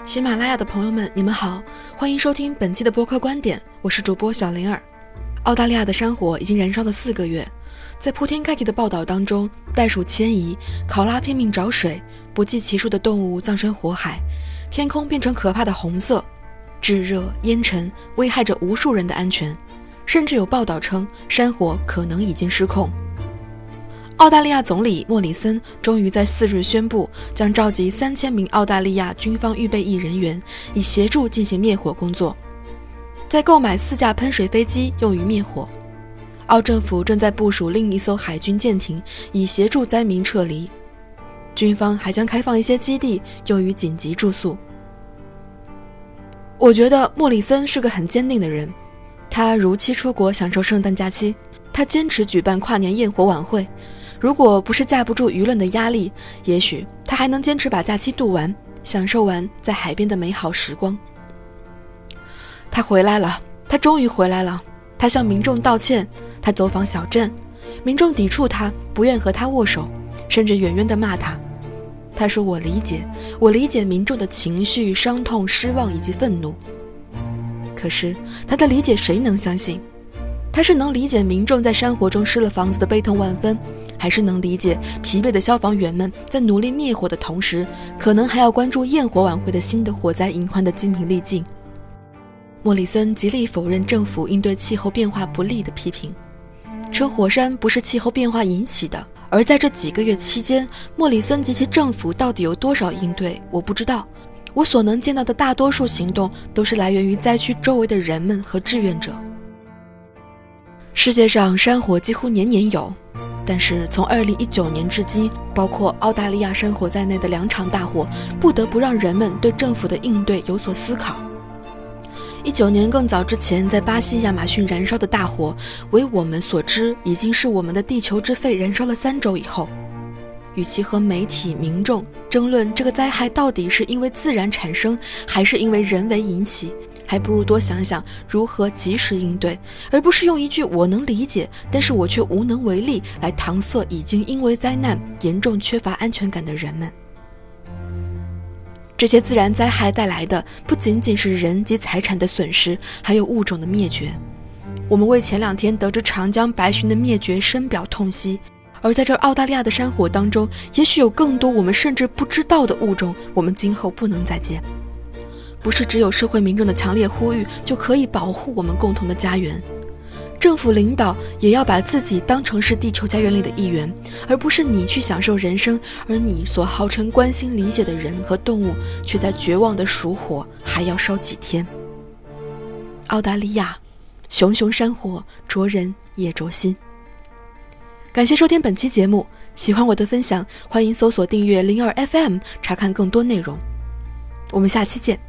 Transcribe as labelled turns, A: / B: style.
A: 喜马拉雅的朋友们，你们好，欢迎收听本期的播客观点，我是主播小灵儿。澳大利亚的山火已经燃烧了4个月，在铺天盖地的报道当中，袋鼠迁移，考拉拼命找水，不计其数的动物葬身火海，天空变成可怕的红色，炙热烟尘危害着无数人的安全，甚至有报道称山火可能已经失控。澳大利亚总理莫里森终于在4日宣布，将召集3000名澳大利亚军方预备役人员，以协助进行灭火工作。在购买4架喷水飞机用于灭火。澳政府正在部署另一艘海军舰艇，以协助灾民撤离。军方还将开放一些基地用于紧急住宿。我觉得莫里森是个很坚定的人，他如期出国享受圣诞假期，他坚持举办跨年焰火晚会。如果不是架不住舆论的压力，也许他还能坚持把假期度完，享受完在海边的美好时光。他回来了，他终于回来了。他向民众道歉，他走访小镇，民众抵触他，不愿和他握手，甚至远远地骂他。他说我理解民众的情绪、伤痛、失望以及愤怒。可是他的理解谁能相信？他是能理解民众在山火中失了房子的悲痛万分，还是能理解疲惫的消防员们在努力灭火的同时，可能还要关注焰火晚会的新的火灾隐患的精疲力尽？莫里森极力否认政府应对气候变化不利的批评，称火山不是气候变化引起的。而在这几个月期间，莫里森及其政府到底有多少应对，我不知道。我所能见到的大多数行动都是来源于灾区周围的人们和志愿者。世界上山火几乎年年有，但是从2019年至今，包括澳大利亚山火在内的2场大火，不得不让人们对政府的应对有所思考。19年更早之前，在巴西亚马逊燃烧的大火，为我们所知，已经是我们的地球之肺燃烧了3周以后。与其和媒体、民众争论这个灾害到底是因为自然产生，还是因为人为引起，还不如多想想如何及时应对，而不是用一句我能理解，但是我却无能为力来搪塞已经因为灾难严重缺乏安全感的人们。这些自然灾害带来的不仅仅是人及财产的损失，还有物种的灭绝。我们为前2天得知长江白鲟的灭绝深表痛惜，而在这澳大利亚的山火当中，也许有更多我们甚至不知道的物种，我们今后不能再见。不是只有社会民众的强烈呼吁就可以保护我们共同的家园，政府领导也要把自己当成是地球家园里的一员，而不是你去享受人生，而你所号称关心理解的人和动物，却在绝望的数火还要烧几天。澳大利亚，熊熊山火灼人也灼心。感谢收听本期节目，喜欢我的分享，欢迎搜索订阅02FM 查看更多内容。我们下期见。